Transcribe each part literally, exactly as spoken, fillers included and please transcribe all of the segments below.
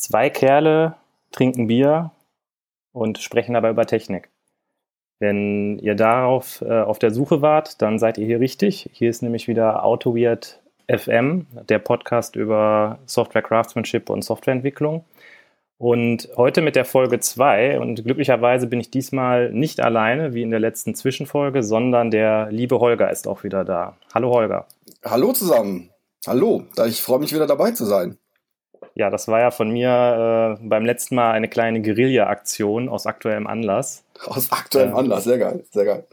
Zwei Kerle trinken Bier und sprechen dabei über Technik. Wenn ihr darauf äh, auf der Suche wart, dann seid ihr hier richtig. Hier ist nämlich wieder AutoWeird F M, der Podcast über Software Craftsmanship und Softwareentwicklung. Und heute mit der Folge zwei, und glücklicherweise bin ich diesmal nicht alleine, wie in der letzten Zwischenfolge, sondern der liebe Holger ist auch wieder da. Hallo Holger. Hallo zusammen. Hallo, ich freue mich wieder dabei zu sein. Ja, das war ja von mir äh, beim letzten Mal eine kleine Guerilla-Aktion aus aktuellem Anlass. Aus aktuellem ähm, Anlass, sehr geil, sehr geil.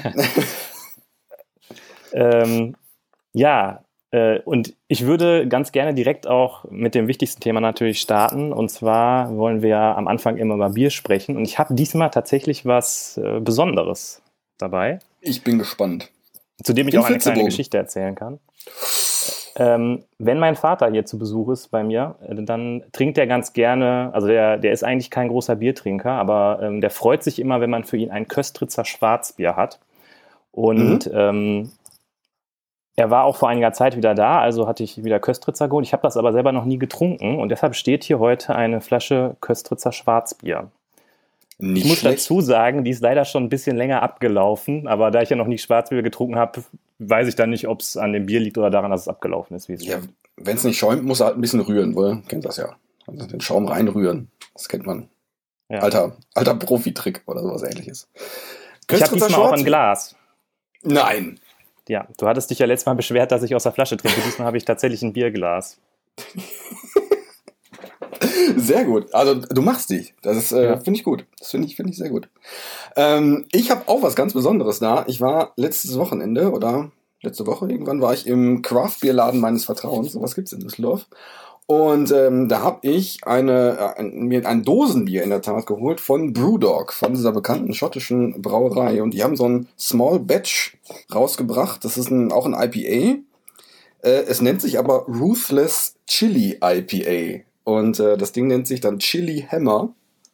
ähm, ja, äh, und ich würde ganz gerne direkt auch mit dem wichtigsten Thema natürlich starten. Und zwar wollen wir am Anfang immer über Bier sprechen. Und ich habe diesmal tatsächlich was äh, Besonderes dabei. Ich bin gespannt. Zu dem ich auch eine kleine Geschichte erzählen kann. Ähm, wenn mein Vater hier zu Besuch ist bei mir, dann trinkt er ganz gerne, also der, der ist eigentlich kein großer Biertrinker, aber ähm, der freut sich immer, wenn man für ihn ein Köstritzer Schwarzbier hat. Und mhm. ähm, er war auch vor einiger Zeit wieder da, also hatte ich wieder Köstritzer geholt. Ich habe das aber selber noch nie getrunken und deshalb steht hier heute eine Flasche Köstritzer Schwarzbier. Nicht ich muss schlecht. dazu sagen, die ist leider schon ein bisschen länger abgelaufen, aber da ich ja noch nie Schwarzbier getrunken habe, weiß ich dann nicht, ob es an dem Bier liegt oder daran, dass es abgelaufen ist. Wie es ja, wenn es nicht schäumt, muss er halt ein bisschen rühren, wohl. Kennt das ja. Also den Schaum reinrühren, das kennt man. Ja. Alter, alter Profi-Trick oder sowas Ähnliches. Ich habe diesmal auch ein Glas. Nein. Ja, du hattest dich ja letztes Mal beschwert, dass ich aus der Flasche trinke. Diesmal habe ich tatsächlich ein Bierglas. Sehr gut. Also du machst dich. Das äh, ja. finde ich gut. Das finde ich, finde ich sehr gut. Ähm, ich habe auch was ganz Besonderes da. Ich war letztes Wochenende oder letzte Woche irgendwann war ich im Craft-Bier-Laden meines Vertrauens. Sowas gibt's in Düsseldorf. Und ähm, da habe ich eine, ein, mir ein Dosenbier in der Tat geholt von Brewdog, von dieser bekannten schottischen Brauerei. Und die haben so ein Small Batch rausgebracht. Das ist ein, auch ein I P A. Äh, es nennt sich aber Ruthless Chili I P A. Und äh, das Ding nennt sich dann Chili Hammer.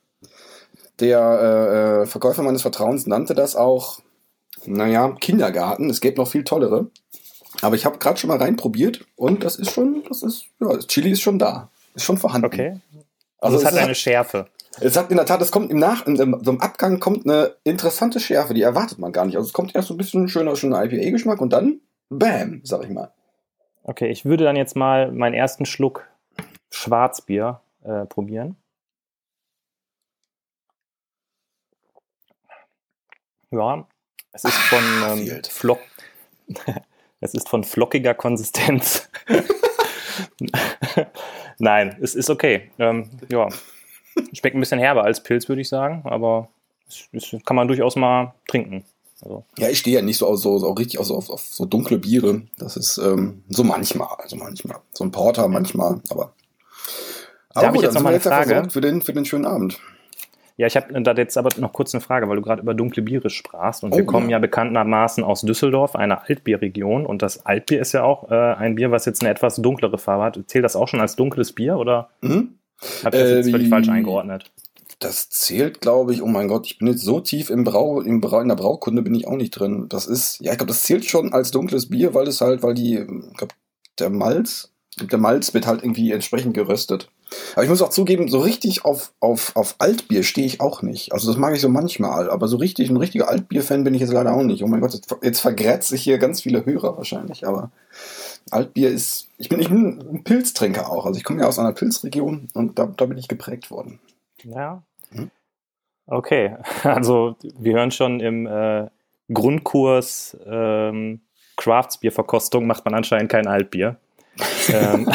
Der äh, Verkäufer meines Vertrauens nannte das auch, naja, Kindergarten. Es gäbe noch viel tollere. Aber ich habe gerade schon mal reinprobiert und das ist schon, das ist, ja, das Chili ist schon da. Ist schon vorhanden. Okay. Also, also es hat eine hat, Schärfe. Es hat in der Tat, es kommt im Nach, in so einem Abgang kommt eine interessante Schärfe, die erwartet man gar nicht. Also es kommt erst so ein bisschen schöner, schöner I P A-Geschmack und dann, bam, sag ich mal. Okay, ich würde dann jetzt mal meinen ersten Schluck Schwarzbier äh, probieren. Ja, es ist von ähm, Flock. Es ist von flockiger Konsistenz. Nein, es ist okay. Ähm, ja, schmeckt ein bisschen herber als Pilz, würde ich sagen, aber es, es kann man durchaus mal trinken. Also. Ja, ich stehe ja nicht so, auf, so, so richtig auf, auf, auf so dunkle Biere. Das ist ähm, so manchmal, also manchmal. So ein Porter manchmal, aber Da habe ich jetzt noch mal eine Frage. Für den, für den schönen Abend. Ja, ich habe da jetzt aber noch kurz eine Frage, weil du gerade über dunkle Biere sprachst. Und oh, wir kommen ja. ja bekanntermaßen aus Düsseldorf, einer Altbierregion. Und das Altbier ist ja auch äh, ein Bier, was jetzt eine etwas dunklere Farbe hat. Zählt das auch schon als dunkles Bier oder mhm. habe ich das jetzt äh, völlig falsch eingeordnet? Das zählt, glaube ich, oh mein Gott, ich bin jetzt so tief im Brau, im Brau, in der Braukunde bin ich auch nicht drin. Das ist, ja, ich glaube, das zählt schon als dunkles Bier, weil es halt, weil die, ich glaube, der Malz, der Malz wird halt irgendwie entsprechend geröstet. Aber ich muss auch zugeben, so richtig auf, auf, auf Altbier stehe ich auch nicht. Also das mag ich so manchmal, aber so richtig, ein richtiger Altbier-Fan bin ich jetzt leider auch nicht. Oh mein Gott, jetzt, jetzt vergrätzt sich hier ganz viele Hörer wahrscheinlich, aber Altbier ist, ich bin, ich bin ein Pilztrinker auch. Also ich komme ja aus einer Pilzregion und da, da bin ich geprägt worden. Ja. Hm? Okay, also wir hören schon im äh, Grundkurs ähm, Craftsbierverkostung macht man anscheinend kein Altbier. ähm,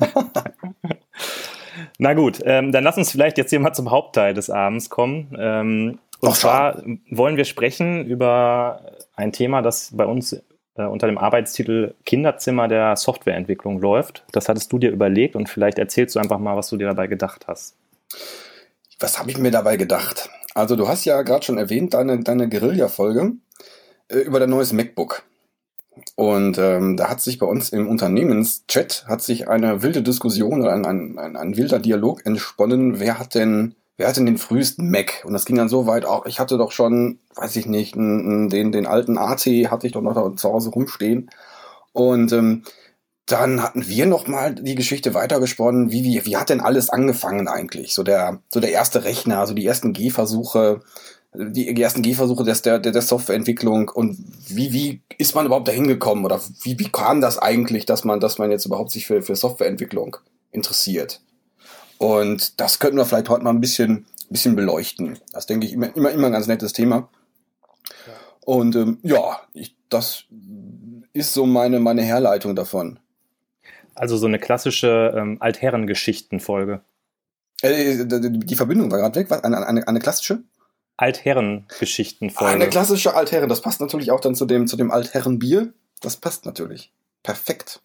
Na gut, ähm, dann lass uns vielleicht jetzt hier mal zum Hauptteil des Abends kommen. Ähm, und Ach, zwar schau. wollen wir sprechen über ein Thema, das bei uns äh, unter dem Arbeitstitel Kinderzimmer der Softwareentwicklung läuft. Das hattest du dir überlegt und vielleicht erzählst du einfach mal, was du dir dabei gedacht hast. Was habe ich mir dabei gedacht? Also du hast ja gerade schon erwähnt, deine, deine Guerilla-Folge äh, über dein neues MacBook. Und ähm, da hat sich bei uns im Unternehmenschat hat sich eine wilde Diskussion oder ein, ein, ein, ein wilder Dialog entsponnen, wer hat denn wer hat denn den frühesten Mac? Und das ging dann so weit, auch ich hatte doch schon, weiß ich nicht, n, n, den den alten A T hatte ich doch noch da zu Hause rumstehen. Und ähm, dann hatten wir noch mal die Geschichte weitergesponnen, wie, wie, wie hat denn alles angefangen eigentlich? So der, so der erste Rechner, also die ersten Gehversuche, die, die ersten Gehversuche des, der, der Softwareentwicklung und wie, wie ist man überhaupt dahin gekommen oder wie, wie kam das eigentlich, dass man, dass man jetzt überhaupt sich für, für Softwareentwicklung interessiert? Und das könnten wir vielleicht heute mal ein bisschen, bisschen beleuchten. Das denke ich immer, immer, immer ein ganz nettes Thema. Ja. Und ähm, ja, ich, das ist so meine, meine Herleitung davon. Also so eine klassische ähm, Altherrengeschichtenfolge. Äh, die, die Verbindung war gerade weg. Was? Eine, eine, eine klassische? Altherrengeschichtenfolge. Eine klassische Altherren. Das passt natürlich auch dann zu dem, zu dem Altherrenbier. Das passt natürlich. Perfekt.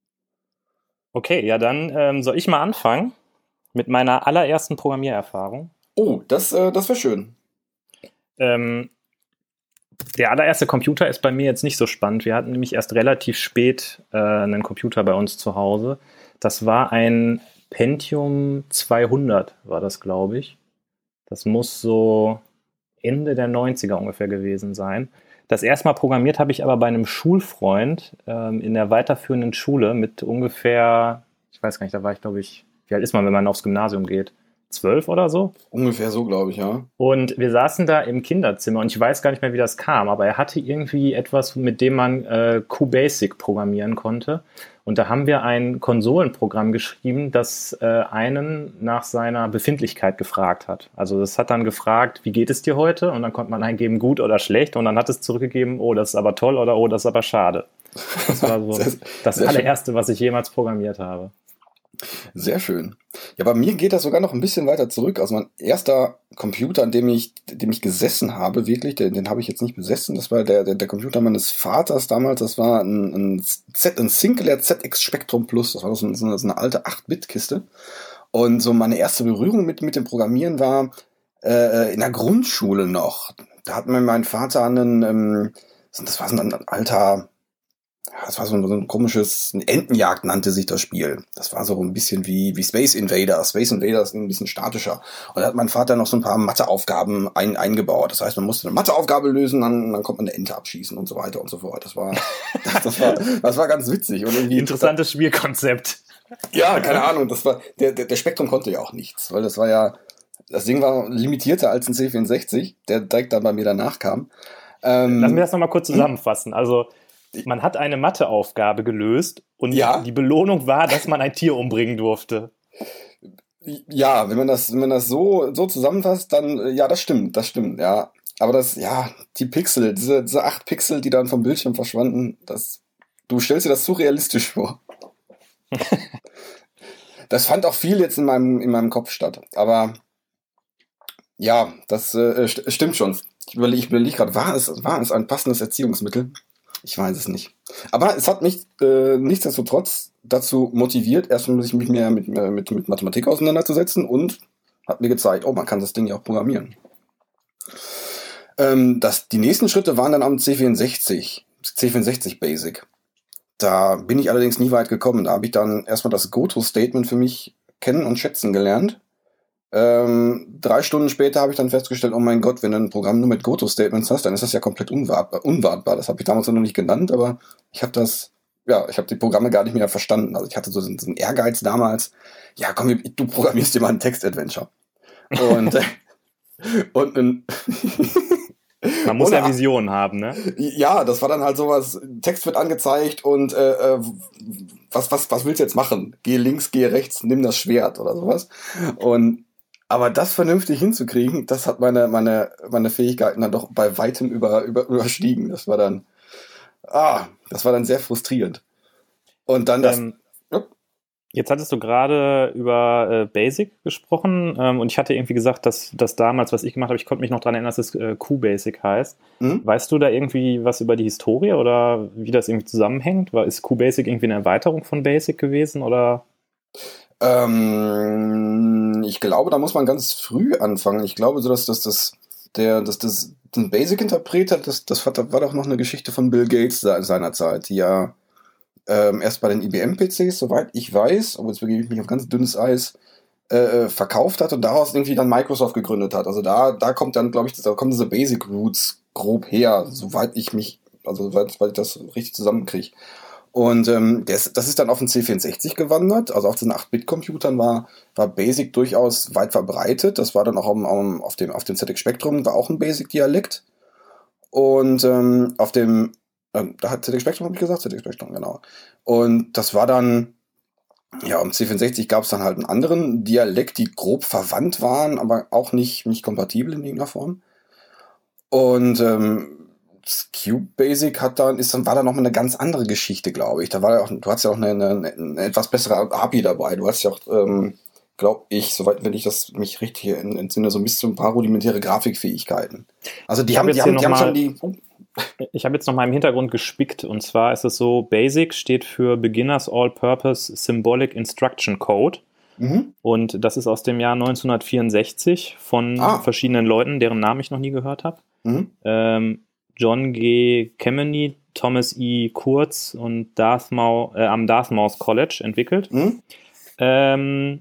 Okay, ja dann ähm, soll ich mal anfangen mit meiner allerersten Programmiererfahrung. Oh, das, äh, das wäre schön. Ähm, Der allererste Computer ist bei mir jetzt nicht so spannend. Wir hatten nämlich erst relativ spät äh, einen Computer bei uns zu Hause. Das war ein Pentium zweihundert, war das, glaube ich. Das muss so Ende der neunziger ungefähr gewesen sein. Das erste Mal programmiert habe ich aber bei einem Schulfreund ähm, in der weiterführenden Schule mit ungefähr, ich weiß gar nicht, da war ich, glaube ich, wie alt ist man, wenn man aufs Gymnasium geht? Zwölf oder so? Ungefähr so, glaube ich, ja. Und wir saßen da im Kinderzimmer und ich weiß gar nicht mehr, wie das kam, aber er hatte irgendwie etwas, mit dem man äh, QBasic programmieren konnte. Und da haben wir ein Konsolenprogramm geschrieben, das äh, einen nach seiner Befindlichkeit gefragt hat. Also das hat dann gefragt, wie geht es dir heute? Und dann konnte man eingeben, gut oder schlecht. Und dann hat es zurückgegeben, oh, das ist aber toll oder oh, das ist aber schade. Das war so das, das allererste, was ich jemals programmiert habe. Sehr schön. Ja, bei mir geht das sogar noch ein bisschen weiter zurück. Also mein erster Computer, an dem ich, dem ich gesessen habe, wirklich, den, den habe ich jetzt nicht besessen. Das war der, der, der Computer meines Vaters damals. Das war ein, ein, Z, ein Sinclair Z X Spectrum Plus. Das war so eine, so eine alte acht-Bit-Kiste. Und so meine erste Berührung mit, mit dem Programmieren war äh, in der Grundschule noch. Da hat mir mein Vater einen, ähm, das war so ein alter... Das war so ein, so ein komisches, eine Entenjagd nannte sich das Spiel. Das war so ein bisschen wie, wie Space Invader. Space Invader ist ein bisschen statischer. Und da hat mein Vater noch so ein paar Matheaufgaben ein, eingebaut. Das heißt, man musste eine Matheaufgabe lösen, dann, dann konnte man eine Ente abschießen und so weiter und so fort. Das war, das, das war, das war ganz witzig. Und irgendwie interessantes Spielkonzept. Ja, keine Ahnung. Das war, der, der, der Spektrum konnte ja auch nichts, weil das war ja, das Ding war limitierter als ein C vierundsechzig, der direkt dann bei mir danach kam. Ähm, Lass mich das nochmal kurz zusammenfassen. Also, man hat eine Matheaufgabe gelöst und ja? die Belohnung war, dass man ein Tier umbringen durfte. Ja, wenn man das, wenn man das so, so zusammenfasst, dann, ja, das stimmt, das stimmt, ja. Aber das, ja, die Pixel, diese, diese acht Pixel, die dann vom Bildschirm verschwanden, das, du stellst dir das zu realistisch vor. Das fand auch viel jetzt in meinem, in meinem Kopf statt. Aber, ja, das äh, st- stimmt schon. Ich überlege, ich überlege gerade, war es, war es ein passendes Erziehungsmittel? Ich weiß es nicht. Aber es hat mich äh, nichtsdestotrotz dazu motiviert, erstmal sich mich mehr mit, mit, mit Mathematik auseinanderzusetzen und hat mir gezeigt, oh, man kann das Ding ja auch programmieren. Ähm, das, die nächsten Schritte waren dann am C vierundsechzig, C vierundsechzig Basic. Da bin ich allerdings nie weit gekommen. Da habe ich dann erstmal das Goto-Statement für mich kennen und schätzen gelernt. Ähm, drei Stunden später habe ich dann festgestellt, oh mein Gott, wenn du ein Programm nur mit Goto-Statements hast, dann ist das ja komplett unwartbar. unwartbar. Das habe ich damals noch nicht genannt, aber ich habe das, ja, ich habe die Programme gar nicht mehr verstanden. Also ich hatte so einen, so einen Ehrgeiz damals, ja komm, du programmierst dir mal ein Text-Adventure. Und, und ein Man muss ja Visionen haben, ne? Ja, das war dann halt sowas, Text wird angezeigt und äh, was, was, was willst du jetzt machen? Geh links, geh rechts, nimm das Schwert oder sowas. Und aber das vernünftig hinzukriegen, das hat meine, meine, meine Fähigkeiten dann doch bei weitem über, über, überstiegen. Das war dann, ah, das war dann sehr frustrierend. Und dann das, ähm, ja. Jetzt hattest du gerade über äh, Basic gesprochen ähm, und ich hatte irgendwie gesagt, dass das damals, was ich gemacht habe, ich konnte mich noch daran erinnern, dass es äh, QBasic heißt. Mhm. Weißt du da irgendwie was über die Historie oder wie das irgendwie zusammenhängt? War, ist QBasic irgendwie eine Erweiterung von Basic gewesen oder? Ähm, ich glaube, da muss man ganz früh anfangen. Ich glaube so, dass das, das der, dass das den Basic-Interpreter, das, das war doch noch eine Geschichte von Bill Gates seiner Zeit, die ja ähm, erst bei den I B M-P Cs, soweit ich weiß, aber jetzt begebe ich mich auf ganz dünnes Eis, äh, verkauft hat und daraus irgendwie dann Microsoft gegründet hat. Also da, da kommt dann, glaube ich, da kommen diese Basic Roots grob her, soweit ich mich, also soweit, soweit ich das richtig zusammenkriege. Und ähm, das, das ist dann auf den C vierundsechzig gewandert, also auf den acht Bit Computern war, war BASIC durchaus weit verbreitet. Das war dann auch am, am, auf dem, auf dem Z X Spectrum, war auch ein BASIC-Dialekt. Und ähm, auf dem, ähm, da hat Z X Spectrum, habe ich gesagt, Z X Spectrum, genau. Und das war dann, ja, am C vierundsechzig gab es dann halt einen anderen Dialekt, die grob verwandt waren, aber auch nicht, nicht kompatibel in irgendeiner Form. Und ähm, das Cube Basic hat dann, ist dann, war dann noch mal eine ganz andere Geschichte, glaube ich. Da war ja auch, du hattest ja auch eine, eine, eine etwas bessere A P I dabei. Du hast ja auch, ähm, glaube ich, soweit, wenn ich das mich richtig entsinne, so ein bisschen ein paar rudimentäre Grafikfähigkeiten. Also die haben, die haben, die haben schon die. Oh. Ich habe jetzt noch mal im Hintergrund gespickt, und zwar ist es so, BASIC steht für Beginners All-Purpose Symbolic Instruction Code. Mhm. Und das ist aus dem Jahr neunzehnhundertvierundsechzig von ah. verschiedenen Leuten, deren Namen ich noch nie gehört habe. Mhm. Ähm, John G. Kemeny, Thomas E. Kurz und Dartmouth, äh, am Dartmouth College entwickelt. Mhm. Ähm,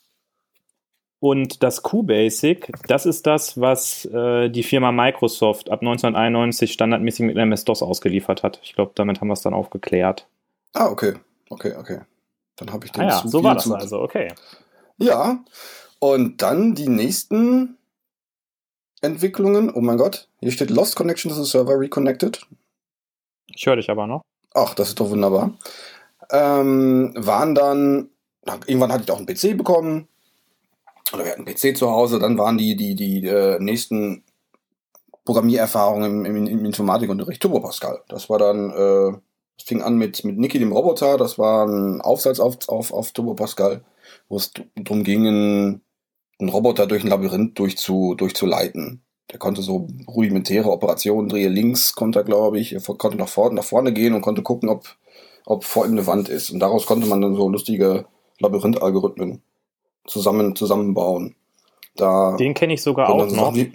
und das QBasic, das ist das, was äh, die Firma Microsoft ab neunzehnhunderteinundneunzig standardmäßig mit M S-DOS ausgeliefert hat. Ich glaube, damit haben wir es dann aufgeklärt. Ah, okay. Okay, okay. Dann habe ich den ah, ja, zu so viel war das zu... also, okay. Ja, und dann die nächsten Entwicklungen. Oh mein Gott, hier steht Lost Connection to the Server Reconnected. Ich höre dich aber noch. Ach, das ist doch wunderbar. Ähm, waren dann, irgendwann hatte ich auch einen P C bekommen. Oder wir hatten einen P C zu Hause. Dann waren die, die, die äh, nächsten Programmiererfahrungen im, im, im Informatikunterricht Turbo Pascal. Das war dann, äh, das fing an mit, mit Niki dem Roboter. Das war ein Aufsatz auf, auf, auf Turbo Pascal, wo es darum ging, einen, einen Roboter durch ein Labyrinth durchzu, durchzuleiten. Der konnte so rudimentäre Operationen, drehe links, konnte er, glaube ich, er konnte nach vorne, nach vorne gehen und konnte gucken, ob, ob vor ihm eine Wand ist. Und daraus konnte man dann so lustige Labyrinth-Algorithmen zusammen, zusammenbauen. Da Den kenne ich sogar auch noch. Die,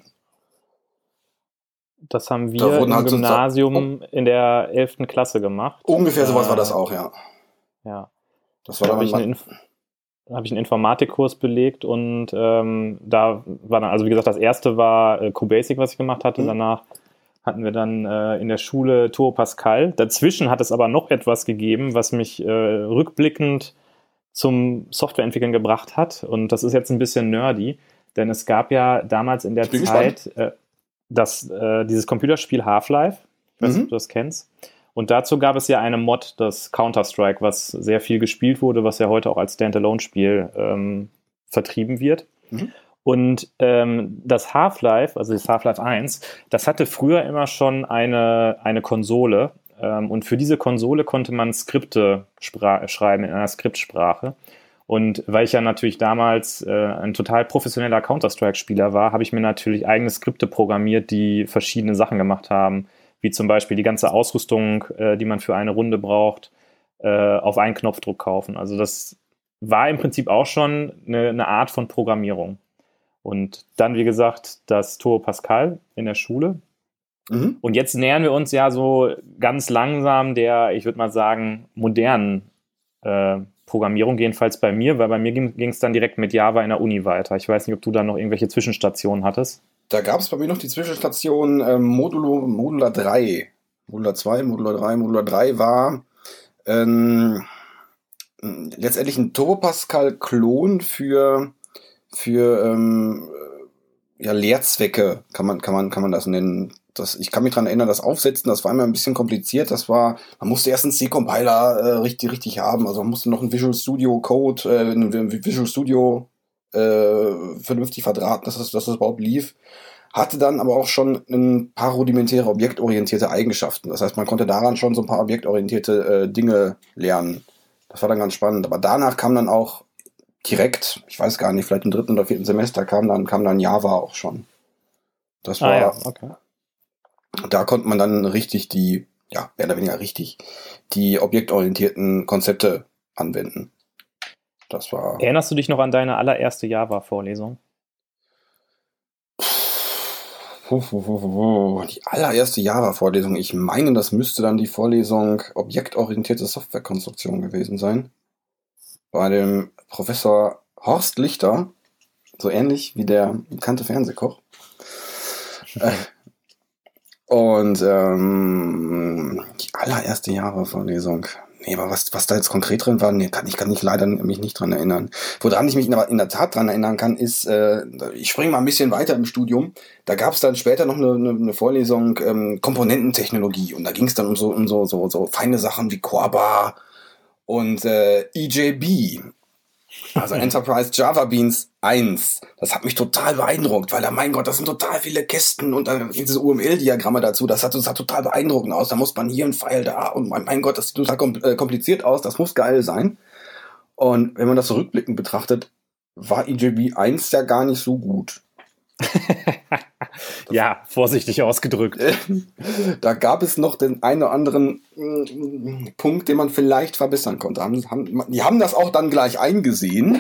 das haben wir im halt Gymnasium so, oh, in der elften Klasse gemacht. Ungefähr äh, sowas war das auch, ja. Ja. Das war da habe ich, Inf- hab ich einen Informatikkurs belegt und ähm, da war dann, also wie gesagt, das erste war äh, QBasic, was ich gemacht hatte. Mhm. Danach hatten wir dann äh, in der Schule Turbo Pascal. Dazwischen hat es aber noch etwas gegeben, was mich äh, rückblickend zum Softwareentwickeln gebracht hat. Und das ist jetzt ein bisschen nerdy, denn es gab ja damals in der Zeit äh, das, äh, dieses Computerspiel Half-Life. Ich weiß nicht, mhm. ob du das kennst. Und dazu gab es ja eine Mod, das Counter-Strike, was sehr viel gespielt wurde, was ja heute auch als Standalone-Spiel ähm, vertrieben wird. Mhm. Und ähm, das Half-Life, also das Half-Life eins, das hatte früher immer schon eine, eine Konsole. Ähm, und für diese Konsole konnte man Skripte spra- schreiben in einer Skriptsprache. Und weil ich ja natürlich damals äh, ein total professioneller Counter-Strike-Spieler war, habe ich mir natürlich eigene Skripte programmiert, die verschiedene Sachen gemacht haben. Wie zum Beispiel die ganze Ausrüstung, äh, die man für eine Runde braucht, äh, auf einen Knopfdruck kaufen. Also das war im Prinzip auch schon eine, eine Art von Programmierung. Und dann, wie gesagt, das Turbo Pascal in der Schule. Mhm. Und jetzt nähern wir uns ja so ganz langsam der, ich würde mal sagen, modernen äh, Programmierung, jedenfalls bei mir, weil bei mir ging es dann direkt mit Java in der Uni weiter. Ich weiß nicht, ob du da noch irgendwelche Zwischenstationen hattest. Da gab es bei mir noch die Zwischenstation ähm, Modulo, Modular drei. Modular zwei, Modular drei. Modular drei war ähm, letztendlich ein Turbo Pascal-Klon für, für ähm, ja, Lehrzwecke, kann man, kann man, kann man das nennen. Das, ich kann mich daran erinnern, das Aufsetzen, das war immer ein bisschen kompliziert. Das war, man musste erst einen C-Compiler äh, richtig, richtig haben. Also man musste noch einen Visual Studio Code, äh, einen Visual Studio äh, vernünftig verdrahten, dass das, dass das überhaupt lief. Hatte dann aber auch schon ein paar rudimentäre objektorientierte Eigenschaften. Das heißt, man konnte daran schon so ein paar objektorientierte äh, Dinge lernen. Das war dann ganz spannend. Aber danach kam dann auch direkt, ich weiß gar nicht, vielleicht im dritten oder vierten Semester kam dann, kam dann Java auch schon. Das war, ah, ja. Okay. Da konnte man dann richtig die, ja, mehr oder weniger richtig, die objektorientierten Konzepte anwenden. Das war. Erinnerst du dich noch an deine allererste Java-Vorlesung? Die allererste Java-Vorlesung. Ich meine, das müsste dann die Vorlesung objektorientierte Softwarekonstruktion gewesen sein. Bei dem Professor Horst Lichter, so ähnlich wie der bekannte Fernsehkoch. äh, Und ähm, die allererste Java-Vorlesung. Nee, aber was, was da jetzt konkret drin war, nee, kann ich kann ich leider mich nicht dran erinnern. Woran ich mich aber in der Tat dran erinnern kann, ist, äh, ich springe mal ein bisschen weiter im Studium. Da gab es dann später noch eine, eine, eine Vorlesung ähm, Komponententechnologie und da ging es dann um so um so so so feine Sachen wie Corba und äh, E J B. Also Enterprise Java Beans eins. Das hat mich total beeindruckt, weil da, mein Gott, das sind total viele Kästen und dann diese U M L-Diagramme dazu. Das hat, das sah total beeindruckend aus. Da muss man hier ein Pfeil da und mein, mein Gott, das sieht total kompliziert aus. Das muss geil sein. Und wenn man das so rückblickend betrachtet, war E J B eins ja gar nicht so gut. Ja, vorsichtig ausgedrückt. Da gab es noch den einen oder anderen äh, Punkt, den man vielleicht verbessern konnte. Haben, haben, die haben das auch dann gleich eingesehen.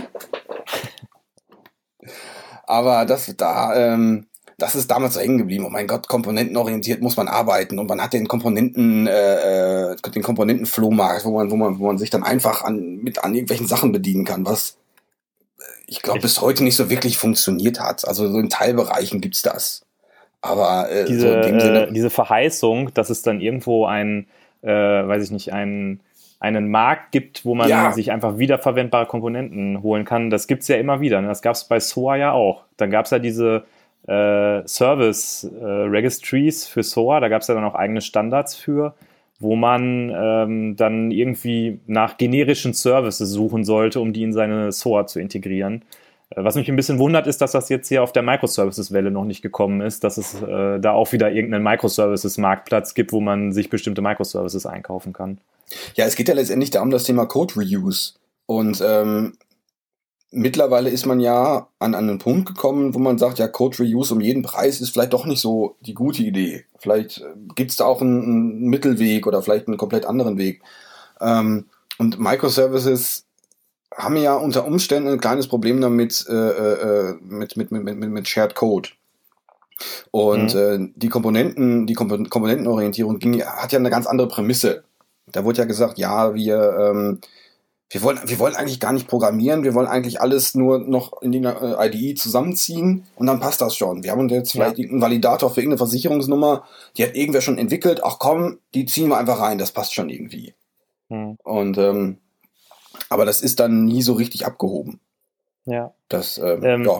Aber das da, ähm, das ist damals so hängen geblieben. Oh mein Gott, komponentenorientiert muss man arbeiten und man hat den Komponenten, äh, den Komponentenflohmarkt, wo man, wo man, wo man sich dann einfach an mit an irgendwelchen Sachen bedienen kann, was ich glaube bis heute nicht so wirklich funktioniert hat. Also so in Teilbereichen gibt's das. Aber äh, diese, so in dem Sinne, äh, diese Verheißung, dass es dann irgendwo ein, äh, weiß ich nicht, ein, einen Markt gibt, wo man ja. sich einfach wiederverwendbare Komponenten holen kann, das gibt's ja immer wieder. Ne? Das gab's bei S O A ja auch. Dann gab's ja diese äh, Service äh, Registries für S O A, da gab's ja dann auch eigene Standards für, wo man ähm, dann irgendwie nach generischen Services suchen sollte, um die in seine S O A zu integrieren. Was mich ein bisschen wundert, ist, dass das jetzt hier auf der Microservices-Welle noch nicht gekommen ist, dass es äh, da auch wieder irgendeinen Microservices-Marktplatz gibt, wo man sich bestimmte Microservices einkaufen kann. Ja, es geht ja letztendlich darum, das Thema Code Reuse. Und ähm, mittlerweile ist man ja an, an einen Punkt gekommen, wo man sagt, ja, Code Reuse um jeden Preis ist vielleicht doch nicht so die gute Idee. Vielleicht äh, gibt es da auch einen, einen Mittelweg oder vielleicht einen komplett anderen Weg. Ähm, und Microservices haben ja unter Umständen ein kleines Problem damit äh, äh, mit, mit, mit, mit, mit Shared Code. Und mhm. äh, die Komponenten, die Komp- Komponentenorientierung ging, hat ja eine ganz andere Prämisse. Da wurde ja gesagt, ja, wir, ähm, wir wollen, wir wollen eigentlich gar nicht programmieren, wir wollen eigentlich alles nur noch in die äh, I D E zusammenziehen und dann passt das schon. Wir haben uns jetzt vielleicht ja. irgendeinen Validator für irgendeine Versicherungsnummer, die hat irgendwer schon entwickelt, ach komm, die ziehen wir einfach rein, das passt schon irgendwie. Mhm. Und ähm, aber das ist dann nie so richtig abgehoben. Ja. Das, ähm, ähm, ja.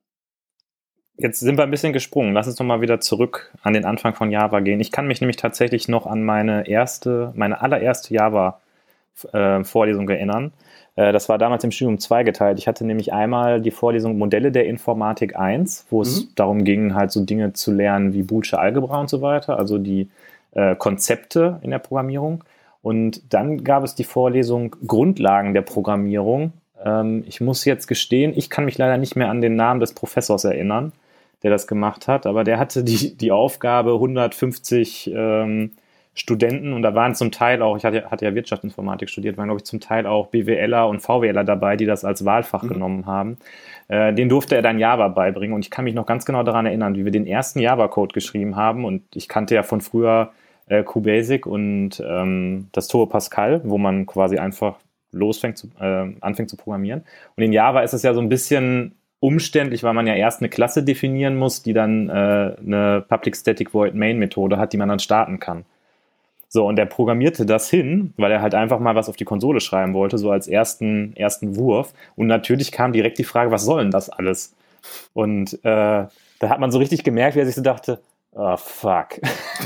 Jetzt sind wir ein bisschen gesprungen. Lass uns noch mal wieder zurück an den Anfang von Java gehen. Ich kann mich nämlich tatsächlich noch an meine erste, meine allererste Java-Vorlesung äh, erinnern. Äh, das war damals im Studium zweigeteilt. Ich hatte nämlich einmal die Vorlesung Modelle der Informatik eins, wo es mhm. darum ging, halt so Dinge zu lernen wie Boolsche Algebra und so weiter, also die äh, Konzepte in der Programmierung. Und dann gab es die Vorlesung Grundlagen der Programmierung. Ähm, ich muss jetzt gestehen, ich kann mich leider nicht mehr an den Namen des Professors erinnern, der das gemacht hat, aber der hatte die, die Aufgabe, hundertfünfzig ähm, Studenten, und da waren zum Teil auch, ich hatte, hatte ja Wirtschaftsinformatik studiert, waren glaube ich zum Teil auch BWLer und VWLer dabei, die das als Wahlfach mhm. genommen haben. Äh, den durfte er dann Java beibringen, und ich kann mich noch ganz genau daran erinnern, wie wir den ersten Java-Code geschrieben haben, und ich kannte ja von früher äh, QBasic und ähm, das Turbo Pascal, wo man quasi einfach losfängt zu, äh, anfängt zu programmieren. Und in Java ist es ja so ein bisschen umständlich, weil man ja erst eine Klasse definieren muss, die dann äh, eine Public Static Void Main Methode hat, die man dann starten kann. So, und er programmierte das hin, weil er halt einfach mal was auf die Konsole schreiben wollte, so als ersten, ersten Wurf. Und natürlich kam direkt die Frage, was soll denn das alles? Und äh, da hat man so richtig gemerkt, wie er sich so dachte, oh fuck.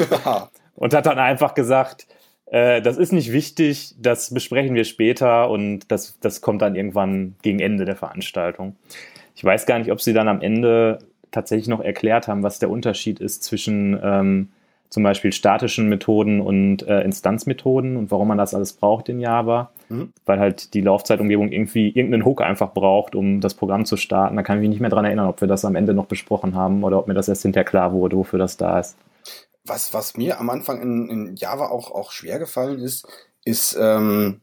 Und hat dann einfach gesagt, äh, das ist nicht wichtig, das besprechen wir später, und das, das kommt dann irgendwann gegen Ende der Veranstaltung. Ich weiß gar nicht, ob sie dann am Ende tatsächlich noch erklärt haben, was der Unterschied ist zwischen ähm, zum Beispiel statischen Methoden und äh, Instanzmethoden und warum man das alles braucht in Java, mhm. weil halt die Laufzeitumgebung irgendwie irgendeinen Hook einfach braucht, um das Programm zu starten. Da kann ich mich nicht mehr dran erinnern, ob wir das am Ende noch besprochen haben oder ob mir das erst hinterher klar wurde, wofür das da ist. Was, was mir am Anfang in, in Java auch, auch schwer gefallen ist, ist, ähm,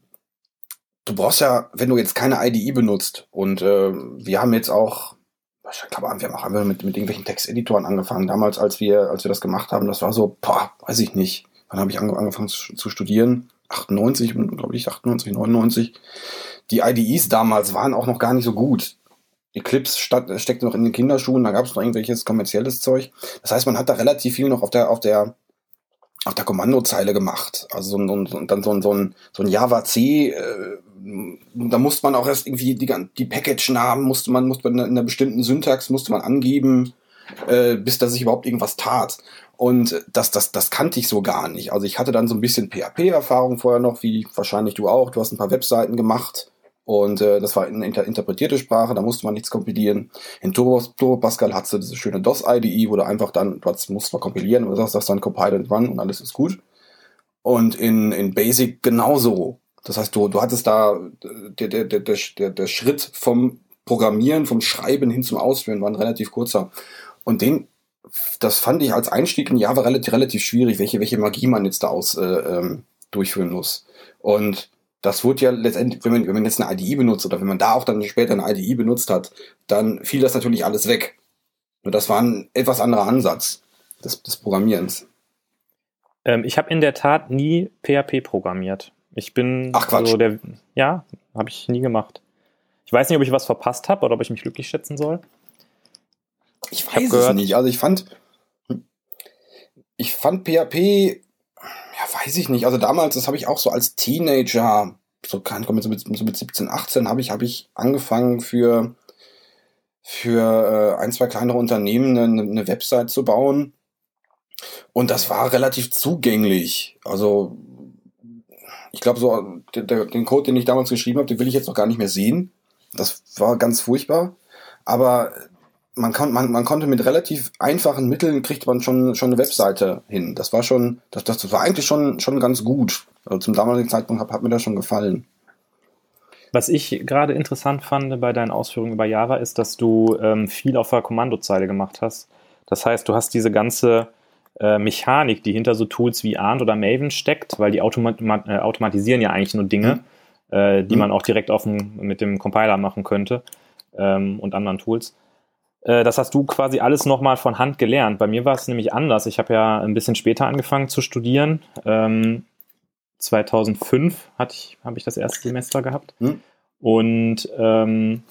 du brauchst ja, wenn du jetzt keine I D E benutzt, und äh, wir haben jetzt auch, ich glaube, wir haben auch einfach mit, mit irgendwelchen Texteditoren angefangen. Damals, als wir, als wir das gemacht haben, das war so, boah, weiß ich nicht. Wann habe ich angefangen zu, zu studieren? achtundneunzig, glaube ich, achtundneunzig, neunundneunzig. Die I D Es damals waren auch noch gar nicht so gut. Eclipse statt, steckte noch in den Kinderschuhen, da gab es noch irgendwelches kommerzielles Zeug. Das heißt, man hat da relativ viel noch auf der, auf der, auf der Kommandozeile gemacht. Also so ein, so ein, dann so ein, so ein, so ein Java C, äh, da musste man auch erst irgendwie die, die Package-Namen musste man, musste man in einer bestimmten Syntax musste man angeben, äh, bis da sich überhaupt irgendwas tat. Und das, das, das kannte ich so gar nicht. Also ich hatte dann so ein bisschen P H P-Erfahrung vorher noch, wie wahrscheinlich du auch. Du hast ein paar Webseiten gemacht und äh, das war eine inter- interpretierte Sprache, da musste man nichts kompilieren. In Turbo, Turbo Pascal hat du diese schöne DOS-I D E, wo du einfach dann, du musst zwar kompilieren, aber du sagst dann Compile and Run und alles ist gut. Und in, in Basic genauso. Das heißt, du, du hattest da, der, der, der, der, der Schritt vom Programmieren, vom Schreiben hin zum Ausführen war ein relativ kurzer. Und den, das fand ich als Einstieg in Java relativ, relativ schwierig, welche, welche Magie man jetzt da aus, äh, ähm, durchführen muss. Und das wurde ja letztendlich, wenn man, wenn man jetzt eine I D E benutzt oder wenn man da auch dann später eine I D E benutzt hat, dann fiel das natürlich alles weg. Nur das war ein etwas anderer Ansatz des, des Programmierens. Ähm, ich habe in der Tat nie P H P programmiert. Ich bin Ach Quatsch. so der, ja, habe ich nie gemacht. Ich weiß nicht, ob ich was verpasst habe oder ob ich mich glücklich schätzen soll. Ich weiß ich es nicht. Also ich fand, ich fand P H P, ja, weiß ich nicht. Also damals, das habe ich auch so als Teenager, so kann so mit, so mit siebzehn, achtzehn habe ich, habe ich angefangen für, für äh, ein, zwei kleinere Unternehmen eine, eine Website zu bauen. Und das war relativ zugänglich. Also ich glaube, so der, der, den Code, den ich damals geschrieben habe, den will ich jetzt noch gar nicht mehr sehen. Das war ganz furchtbar. Aber man, kann, man, man konnte mit relativ einfachen Mitteln kriegt man schon, schon eine Webseite hin. Das war schon, das, das war eigentlich schon, schon ganz gut. Also zum damaligen Zeitpunkt hat, hat mir das schon gefallen. Was ich gerade interessant fand bei deinen Ausführungen über Java ist, dass du ähm, viel auf der Kommandozeile gemacht hast. Das heißt, du hast diese ganze äh, Mechanik, die hinter so Tools wie Arndt oder Maven steckt, weil die automat- äh, automatisieren ja eigentlich nur Dinge, mhm. äh, die mhm. man auch direkt auf dem, mit dem Compiler machen könnte ähm, und anderen Tools. Äh, das hast du quasi alles nochmal von Hand gelernt. Bei mir war es nämlich anders. Ich habe ja ein bisschen später angefangen zu studieren. Ähm, zweitausendfünf hatte ich, habe ich das erste Semester gehabt. Mhm. Und ähm,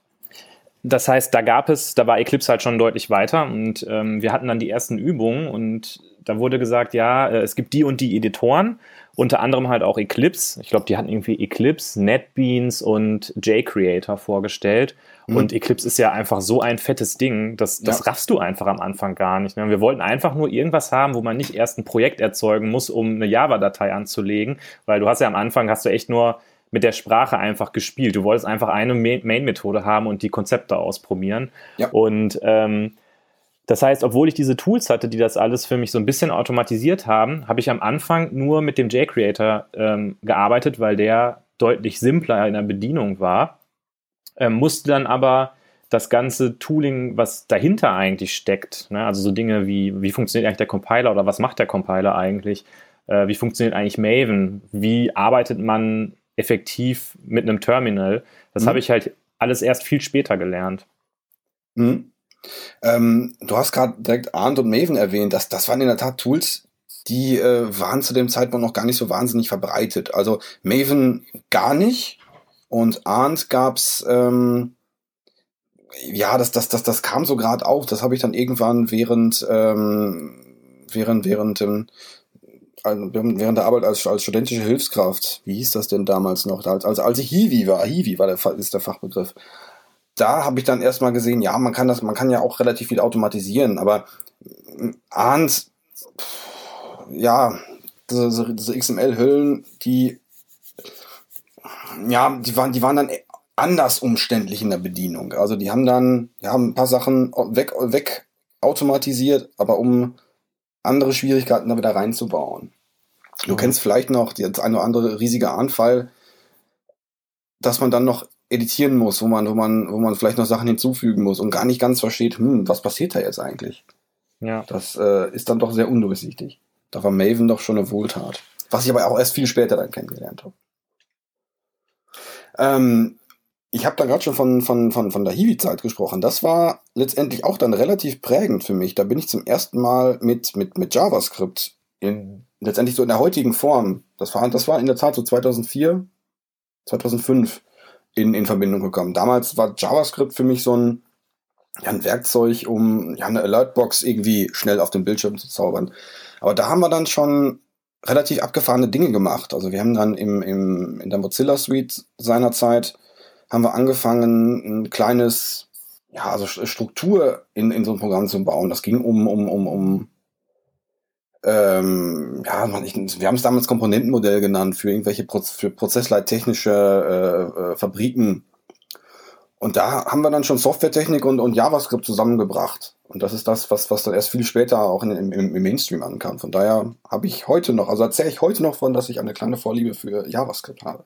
das heißt, da gab es, da war Eclipse halt schon deutlich weiter und ähm, wir hatten dann die ersten Übungen und da wurde gesagt, ja, äh, es gibt die und die Editoren, unter anderem halt auch Eclipse. Ich glaube, die hatten irgendwie Eclipse, NetBeans und JCreator vorgestellt. Mhm. Und Eclipse ist ja einfach so ein fettes Ding, das, das ja. raffst du einfach am Anfang gar nicht. Ne? Wir wollten einfach nur irgendwas haben, wo man nicht erst ein Projekt erzeugen muss, um eine Java-Datei anzulegen, weil du hast ja am Anfang, hast du echt nur mit der Sprache einfach gespielt. Du wolltest einfach eine Main-Methode haben und die Konzepte ausprobieren. Ja. Und ähm, das heißt, obwohl ich diese Tools hatte, die das alles für mich so ein bisschen automatisiert haben, habe ich am Anfang nur mit dem JCreator ähm, gearbeitet, weil der deutlich simpler in der Bedienung war. Ähm, musste dann aber das ganze Tooling, was dahinter eigentlich steckt, ne, also so Dinge wie, wie funktioniert eigentlich der Compiler oder was macht der Compiler eigentlich, äh, wie funktioniert eigentlich Maven, wie arbeitet man effektiv mit einem Terminal. Das mhm. habe ich halt alles erst viel später gelernt. Mhm. Ähm, du hast gerade direkt Arndt und Maven erwähnt. Das, das waren in der Tat Tools, die äh, waren zu dem Zeitpunkt noch gar nicht so wahnsinnig verbreitet. Also Maven gar nicht und Arndt gab's ähm, ja, das, das, das, das kam so gerade auf. Das habe ich dann irgendwann während ähm, während während ähm, während der Arbeit als, als studentische Hilfskraft, wie hieß das denn damals noch, als, als, als ich Hiwi war, Hiwi war der, ist der Fachbegriff, da habe ich dann erstmal gesehen, ja, man kann das, man kann ja auch relativ viel automatisieren, aber Arndt, ja, diese, diese X M L-Hüllen, die, ja, die waren, die waren dann anders umständlich in der Bedienung. Also die haben dann, ja, ein paar Sachen weg, weg automatisiert, aber um andere Schwierigkeiten da wieder reinzubauen. Du mhm. kennst vielleicht noch das eine oder andere riesige Arndt-File, dass man dann noch editieren muss, wo man, wo man, wo man vielleicht noch Sachen hinzufügen muss und gar nicht ganz versteht, hm, was passiert da jetzt eigentlich? Ja. Das äh, ist dann doch sehr undurchsichtig. Da war Maven doch schon eine Wohltat. Was ich aber auch erst viel später dann kennengelernt habe. Ähm, ich habe da gerade schon von, von, von, von der Hiwi-Zeit gesprochen. Das war letztendlich auch dann relativ prägend für mich. Da bin ich zum ersten Mal mit, mit, mit JavaScript in, letztendlich so in der heutigen Form. Das war, das war in der Tat so zweitausendvier, zweitausendfünf in, in Verbindung gekommen. Damals war JavaScript für mich so ein, ja, ein Werkzeug, um ja, eine Alertbox irgendwie schnell auf den Bildschirm zu zaubern. Aber da haben wir dann schon relativ abgefahrene Dinge gemacht. Also wir haben dann im, im, in der Mozilla Suite seinerzeit haben wir angefangen, ein kleines, ja, also Struktur in, in so ein Programm zu bauen. Das ging um, um, um, um, ähm, ja, man, ich, wir haben es damals Komponentenmodell genannt für irgendwelche Proz für prozessleittechnische äh, äh, Fabriken. Und da haben wir dann schon Softwaretechnik und, und JavaScript zusammengebracht. Und das ist das, was, was dann erst viel später auch in, im, im Mainstream ankam. Von daher habe ich heute noch, also erzähle ich heute noch von, dass ich eine kleine Vorliebe für JavaScript habe.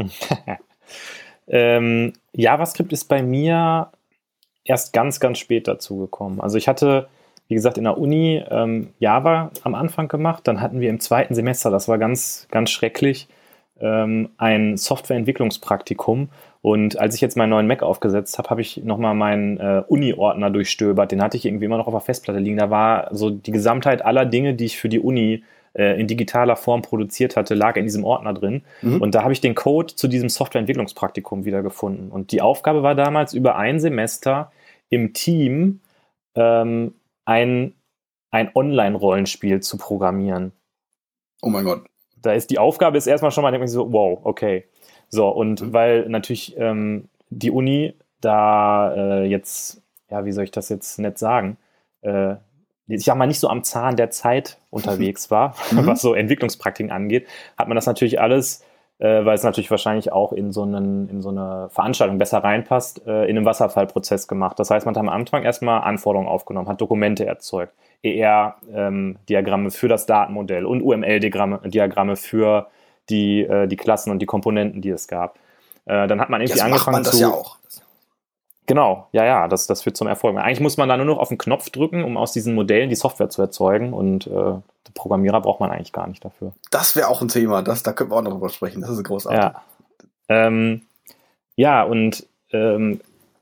ähm, JavaScript ist bei mir erst ganz, ganz spät dazugekommen. Also ich hatte, wie gesagt, in der Uni ähm, Java am Anfang gemacht. Dann hatten wir im zweiten Semester, das war ganz, ganz schrecklich, ähm, ein Softwareentwicklungspraktikum. Und als ich jetzt meinen neuen Mac aufgesetzt habe, habe ich nochmal meinen äh, Uni-Ordner durchstöbert. Den hatte ich irgendwie immer noch auf der Festplatte liegen. Da war so die Gesamtheit aller Dinge, die ich für die Uni äh, in digitaler Form produziert hatte, lag in diesem Ordner drin. Mhm. Und da habe ich den Code zu diesem Softwareentwicklungspraktikum wiedergefunden. Und die Aufgabe war damals, über ein Semester im Team ähm, ein, ein Online-Rollenspiel zu programmieren. Oh mein Gott. Da ist die Aufgabe ist erstmal schon mal, denke ich so, wow, okay. So, und mhm. weil natürlich ähm, die Uni da äh, jetzt, ja, wie soll ich das jetzt nett sagen, äh, ich sag mal, nicht so am Zahn der Zeit unterwegs war, mhm. was so Entwicklungspraktiken angeht, hat man das natürlich alles, äh, weil es natürlich wahrscheinlich auch in so, einen, in so eine Veranstaltung besser reinpasst, äh, in einem Wasserfallprozess gemacht. Das heißt, man hat am Anfang erstmal Anforderungen aufgenommen, hat Dokumente erzeugt, E R-Diagramme ähm, für das Datenmodell und U M L-Diagramme für die, äh, die Klassen und die Komponenten, die es gab. Äh, dann hat man irgendwie Jetzt angefangen macht man das zu... ja auch. Genau, ja, ja, das, das führt zum Erfolg. Eigentlich muss man da nur noch auf den Knopf drücken, um aus diesen Modellen die Software zu erzeugen, und äh, den Programmierer braucht man eigentlich gar nicht dafür. Das wäre auch ein Thema, das, da könnten wir auch noch drüber sprechen, das ist großartig. Ja, ähm, ja und ähm,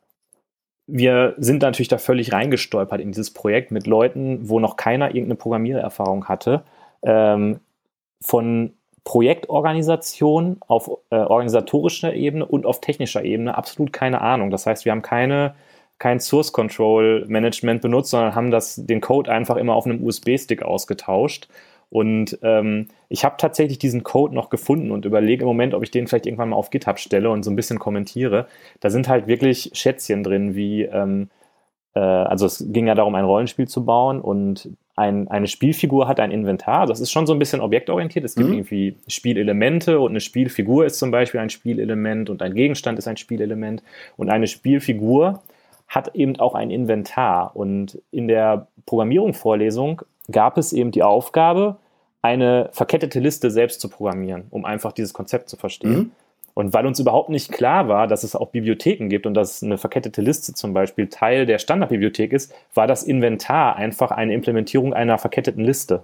wir sind natürlich da völlig reingestolpert in dieses Projekt mit Leuten, wo noch keiner irgendeine Programmiererfahrung hatte, ähm, von Projektorganisation auf äh, organisatorischer Ebene und auf technischer Ebene absolut keine Ahnung. Das heißt, wir haben keine, kein Source Control Management benutzt, sondern haben das, den Code einfach immer auf einem U S B-Stick ausgetauscht. Und ähm, ich habe tatsächlich diesen Code noch gefunden und überlege im Moment, ob ich den vielleicht irgendwann mal auf GitHub stelle und so ein bisschen kommentiere. Da sind halt wirklich Schätzchen drin, wie, ähm, äh, also es ging ja darum, ein Rollenspiel zu bauen, und ein, eine Spielfigur hat ein Inventar. Das ist schon so ein bisschen objektorientiert. Es gibt mhm. irgendwie Spielelemente, und eine Spielfigur ist zum Beispiel ein Spielelement und ein Gegenstand ist ein Spielelement. Und eine Spielfigur hat eben auch ein Inventar. Und in der Programmierungsvorlesung gab es eben die Aufgabe, eine verkettete Liste selbst zu programmieren, um einfach dieses Konzept zu verstehen. Mhm. Und weil uns überhaupt nicht klar war, dass es auch Bibliotheken gibt und dass eine verkettete Liste zum Beispiel Teil der Standardbibliothek ist, war das Inventar einfach eine Implementierung einer verketteten Liste.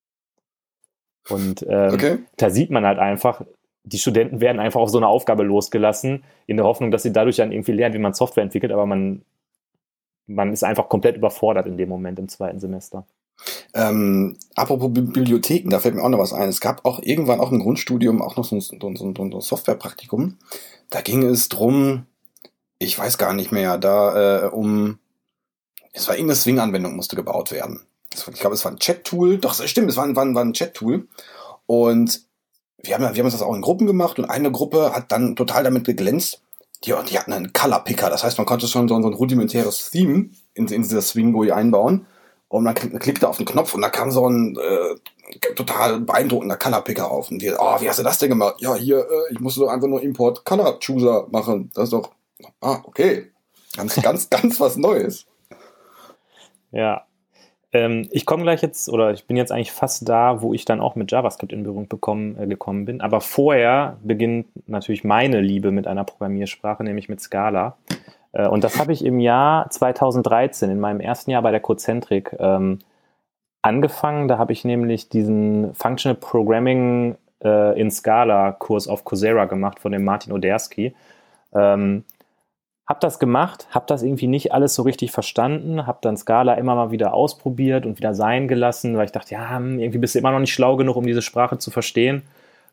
Und ähm, okay. da sieht man halt einfach, die Studenten werden einfach auf so eine Aufgabe losgelassen, in der Hoffnung, dass sie dadurch dann irgendwie lernen, wie man Software entwickelt, aber man, man ist einfach komplett überfordert in dem Moment im zweiten Semester. Ähm, apropos Bibliotheken, da fällt mir auch noch was ein. Es gab auch irgendwann auch im Grundstudium auch noch so ein, so ein, so ein Softwarepraktikum. Da ging es drum, ich weiß gar nicht mehr, da äh, um, es war irgendeine Swing-Anwendung, musste gebaut werden. War, ich glaube, es war ein Chat-Tool. Doch, stimmt, es war, war, war ein Chat-Tool. Und wir haben, wir haben uns das auch in Gruppen gemacht, und eine Gruppe hat dann total damit geglänzt. Die, die hatten einen Color-Picker. Das heißt, man konnte schon so ein, so ein rudimentäres Theme in, in dieser Swing-G U I einbauen. Und man klickte auf den Knopf und da kam so ein äh, total beeindruckender Color-Picker auf. Und wir, oh, wie hast du das denn gemacht? Ja, hier, äh, ich musste doch einfach nur Import Color Chooser machen. Das ist doch, ah, okay. Ganz, ganz, ganz was Neues. Ja. Ähm, ich komme gleich jetzt, oder ich bin jetzt eigentlich fast da, wo ich dann auch mit JavaScript in Berührung bekommen, äh, gekommen bin. Aber vorher beginnt natürlich meine Liebe mit einer Programmiersprache, nämlich mit Scala. Und das habe ich im Jahr zweitausenddreizehn, in meinem ersten Jahr bei der Cozentric, ähm, angefangen. Da habe ich nämlich diesen Functional Programming äh, in Scala-Kurs auf Coursera gemacht von dem Martin Odersky. Ähm, habe das gemacht, habe das irgendwie nicht alles so richtig verstanden, habe dann Scala immer mal wieder ausprobiert und wieder sein gelassen, weil ich dachte, ja, irgendwie bist du immer noch nicht schlau genug, um diese Sprache zu verstehen.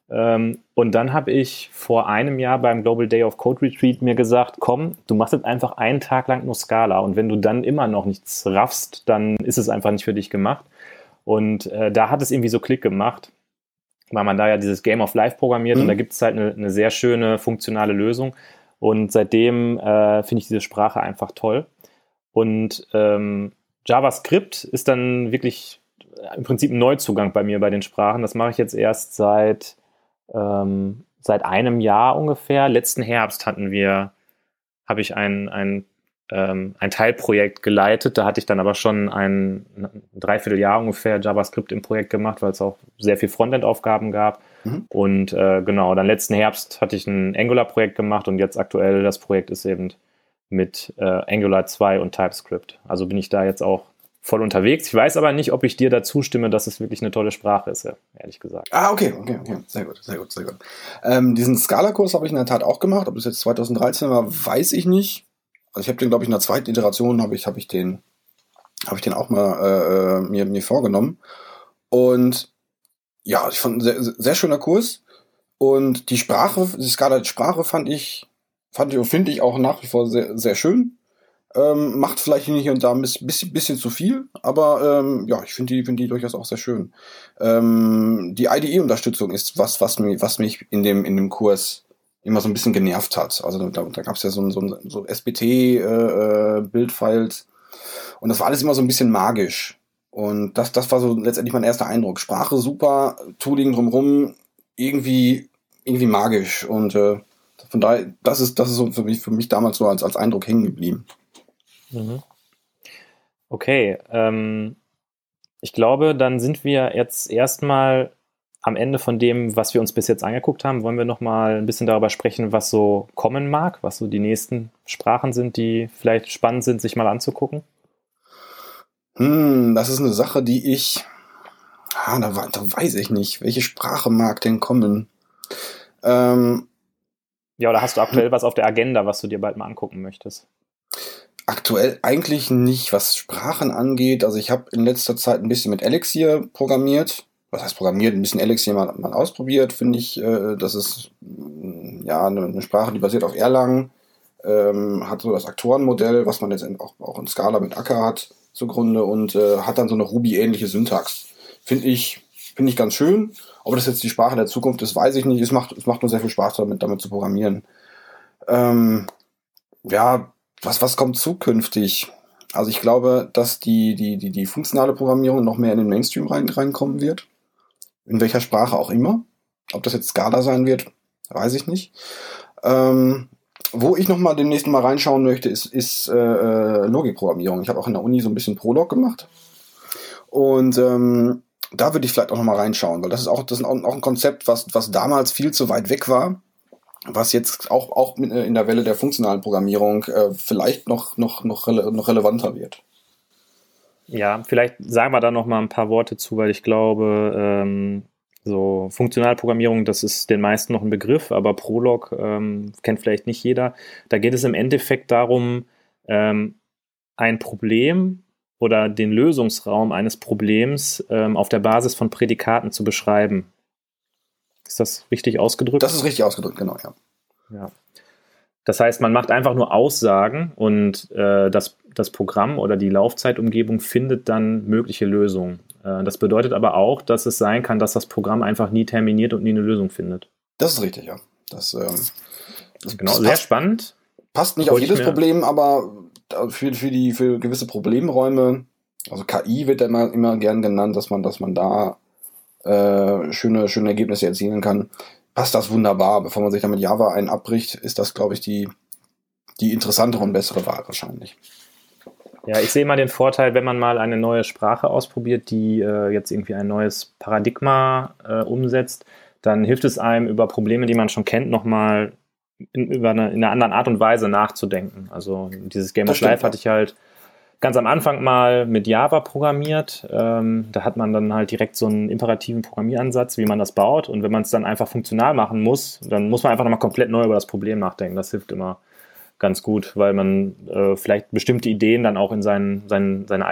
Ähm, und dann habe ich vor einem Jahr beim Global Day of Code Retreat mir gesagt, komm, du machst jetzt einfach einen Tag lang nur Scala und wenn du dann immer noch nichts raffst, dann ist es einfach nicht für dich gemacht. Und äh, da hat es irgendwie so Klick gemacht, weil man da ja dieses Game of Life programmiert mhm. und da gibt es halt eine, eine sehr schöne, funktionale Lösung. Und seitdem äh, finde ich diese Sprache einfach toll. Und ähm, JavaScript ist dann wirklich im Prinzip ein Neuzugang bei mir bei den Sprachen. Das mache ich jetzt erst seit ähm, seit einem Jahr ungefähr. Letzten Herbst hatten wir, habe ich ein, ein, ähm, ein Teilprojekt geleitet. Da hatte ich dann aber schon ein, ein Dreivierteljahr ungefähr JavaScript im Projekt gemacht, weil es auch sehr viel Frontend-Aufgaben gab. Mhm. Und äh, genau, dann letzten Herbst hatte ich ein Angular-Projekt gemacht und jetzt aktuell das Projekt ist eben mit äh, Angular zwei und TypeScript. Also bin ich da jetzt auch voll unterwegs. Ich weiß aber nicht, ob ich dir dazu stimme, dass es wirklich eine tolle Sprache ist, ja, ehrlich gesagt. Ah, okay, okay, okay. Sehr gut, sehr gut, sehr gut. Ähm, diesen Scala-Kurs habe ich in der Tat auch gemacht. Ob das jetzt zwanzig dreizehn war, weiß ich nicht. Also ich habe den, glaube ich, in der zweiten Iteration habe ich, habe ich den, habe ich den auch mal äh, mir, mir vorgenommen. Und ja, ich fand sehr, sehr schöner Kurs. Und die Sprache, die Scala-Sprache fand ich, fand ich und finde ich auch nach wie vor sehr, sehr schön. Ähm, macht vielleicht hier und da ein bisschen, bisschen zu viel, aber ähm, ja, ich finde die, finde die durchaus auch sehr schön. Ähm, die I D E-Unterstützung ist was, was mich, was mich in dem, in dem Kurs immer so ein bisschen genervt hat. Also da, da gab es ja so ein, so ein so S B T-Bildfiles äh, und das war alles immer so ein bisschen magisch. Und das, das war so letztendlich mein erster Eindruck. Sprache super, Tooling drumherum irgendwie, irgendwie magisch. Und äh, von daher, das ist, das ist so für mich, für mich damals so als, als Eindruck hängen geblieben. Okay, ähm, ich glaube, dann sind wir jetzt erstmal am Ende von dem, was wir uns bis jetzt angeguckt haben. Wollen wir noch mal ein bisschen darüber sprechen, was so kommen mag, was so die nächsten Sprachen sind, die vielleicht spannend sind, sich mal anzugucken? Hm, das ist eine Sache, die ich, ah, da, da weiß ich nicht, welche Sprache mag denn kommen? Ähm, ja, oder hast du aktuell was auf der Agenda, was du dir bald mal angucken möchtest? Aktuell eigentlich nicht, was Sprachen angeht. Also ich habe in letzter Zeit ein bisschen mit Elixir programmiert. Was heißt programmiert? Ein bisschen Elixir mal, mal ausprobiert, finde ich. Äh, das ist ja eine, eine Sprache, die basiert auf Erlang. Ähm, hat so das Aktorenmodell, was man jetzt auch, auch in Scala mit Akka hat, zugrunde und äh, hat dann so eine Ruby-ähnliche Syntax. Finde ich, finde ich ganz schön. Ob das jetzt die Sprache der Zukunft ist, weiß ich nicht. Es macht, es macht nur sehr viel Spaß damit, damit zu programmieren. Ähm, ja, Was, was kommt zukünftig? Also ich glaube, dass die, die, die, die funktionale Programmierung noch mehr in den Mainstream rein, reinkommen wird. In welcher Sprache auch immer. Ob das jetzt Scala sein wird, weiß ich nicht. Ähm, wo ich noch mal demnächst mal reinschauen möchte, ist, ist äh, Logikprogrammierung. Ich habe auch in der Uni so ein bisschen Prolog gemacht. Und ähm, da würde ich vielleicht auch noch mal reinschauen, weil das ist auch, das ist auch, auch ein Konzept, was, was damals viel zu weit weg war. Was jetzt auch, auch in der Welle der funktionalen Programmierung äh, vielleicht noch, noch, noch, rele- noch relevanter wird. Ja, vielleicht sagen wir da noch mal ein paar Worte zu, weil ich glaube, ähm, so funktionale Programmierung, das ist den meisten noch ein Begriff, aber Prolog ähm, kennt vielleicht nicht jeder. Da geht es im Endeffekt darum, ähm, ein Problem oder den Lösungsraum eines Problems ähm, auf der Basis von Prädikaten zu beschreiben. Ist das richtig ausgedrückt? Das ist richtig ausgedrückt, genau, ja. Ja. Das heißt, man macht einfach nur Aussagen und äh, das, das Programm oder die Laufzeitumgebung findet dann mögliche Lösungen. Äh, das bedeutet aber auch, dass es sein kann, dass das Programm einfach nie terminiert und nie eine Lösung findet. Das ist richtig, ja. Das, ähm, das genau, sehr passt, spannend. Passt nicht auf jedes Problem, aber für, für, die, für gewisse Problemräume, also K I wird ja immer, immer gern genannt, dass man, dass man da Äh, schöne, schöne Ergebnisse erzielen kann, passt das wunderbar. Bevor man sich damit Java einen abbricht, ist das, glaube ich, die, die interessantere und bessere Wahl wahrscheinlich. Ja, ich sehe immer den Vorteil, wenn man mal eine neue Sprache ausprobiert, die äh, jetzt irgendwie ein neues Paradigma äh, umsetzt, dann hilft es einem, über Probleme, die man schon kennt, nochmal in, über eine, in einer anderen Art und Weise nachzudenken. Also dieses Game of Life hatte ich halt ganz am Anfang mal mit Java programmiert. Ähm, da hat man dann halt direkt so einen imperativen Programmieransatz, wie man das baut. Und wenn man es dann einfach funktional machen muss, dann muss man einfach nochmal komplett neu über das Problem nachdenken. Das hilft immer ganz gut, weil man äh, vielleicht bestimmte Ideen dann auch in seinen, seinen, seine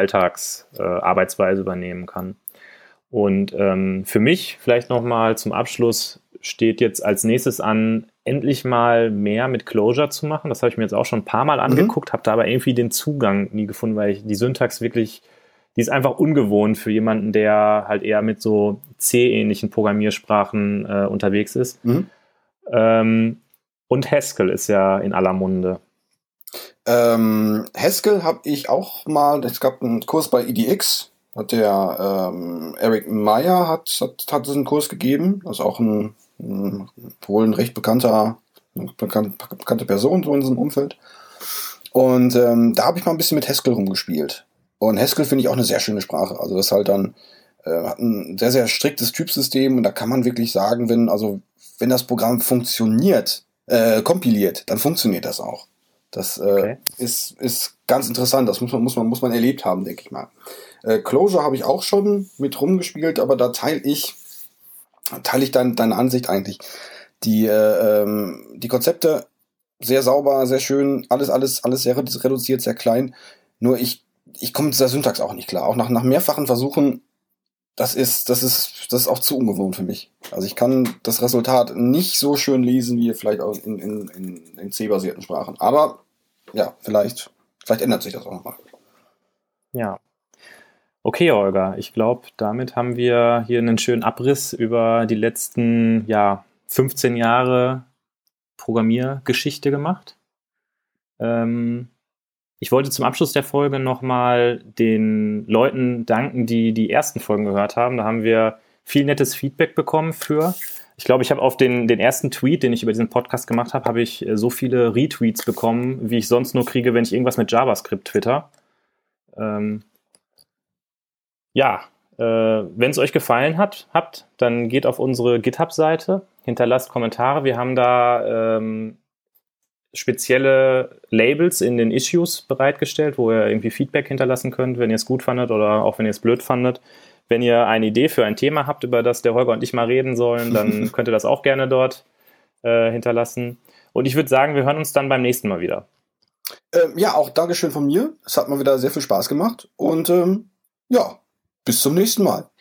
Alltagsarbeitsweise äh, übernehmen kann. Und ähm, für mich vielleicht nochmal zum Abschluss steht jetzt als nächstes an, endlich mal mehr mit Clojure zu machen. Das habe ich mir jetzt auch schon ein paar Mal angeguckt, mhm. habe da aber irgendwie den Zugang nie gefunden, weil ich die Syntax wirklich, die ist einfach ungewohnt für jemanden, der halt eher mit so C-ähnlichen Programmiersprachen äh, unterwegs ist. Mhm. Ähm, und Haskell ist ja in aller Munde. Ähm, Haskell habe ich auch mal, es gab einen Kurs bei E D X, hat der ähm, Eric Meyer hat, hat, hat einen Kurs gegeben, das ist auch ein, ein wohl ein recht bekannter, bekannt, bekannte Person so in diesem Umfeld. Und ähm, da habe ich mal ein bisschen mit Haskell rumgespielt. Und Haskell finde ich auch eine sehr schöne Sprache. Also das halt dann äh, hat ein sehr, sehr striktes Typsystem und da kann man wirklich sagen, wenn, also wenn das Programm funktioniert, äh, kompiliert, dann funktioniert das auch. Das äh, okay. ist, ist ganz interessant. Das muss man, muss man, muss man erlebt haben, denke ich mal. Äh, Clojure habe ich auch schon mit rumgespielt, aber da teile ich, teile ich dann deine Ansicht eigentlich. Die, äh, ähm, die Konzepte sehr sauber, sehr schön, alles, alles, alles sehr reduziert, sehr klein. Nur ich, ich komme mit dieser Syntax auch nicht klar. Auch nach, nach mehrfachen Versuchen, das ist, das ist, das ist auch zu ungewohnt für mich. Also ich kann das Resultat nicht so schön lesen, wie vielleicht auch in, in, in, in C-basierten Sprachen. Aber ja, vielleicht, vielleicht ändert sich das auch nochmal. Ja. Okay, Olga, ich glaube, damit haben wir hier einen schönen Abriss über die letzten, ja, fünfzehn Jahre Programmiergeschichte gemacht. Ähm, ich wollte zum Abschluss der Folge nochmal den Leuten danken, die die ersten Folgen gehört haben. Da haben wir viel nettes Feedback bekommen für. Ich glaube, ich habe auf den, den ersten Tweet, den ich über diesen Podcast gemacht habe, habe ich so viele Retweets bekommen, wie ich sonst nur kriege, wenn ich irgendwas mit JavaScript twitter. Ähm, ja, äh, wenn es euch gefallen hat, habt, dann geht auf unsere GitHub-Seite, hinterlasst Kommentare. Wir haben da ähm, spezielle Labels in den Issues bereitgestellt, wo ihr irgendwie Feedback hinterlassen könnt, wenn ihr es gut fandet oder auch wenn ihr es blöd fandet. Wenn ihr eine Idee für ein Thema habt, über das der Holger und ich mal reden sollen, dann könnt ihr das auch gerne dort äh, hinterlassen. Und ich würde sagen, wir hören uns dann beim nächsten Mal wieder. Ähm, ja, auch Dankeschön von mir. Es hat mal wieder sehr viel Spaß gemacht. Und ähm, ja, bis zum nächsten Mal.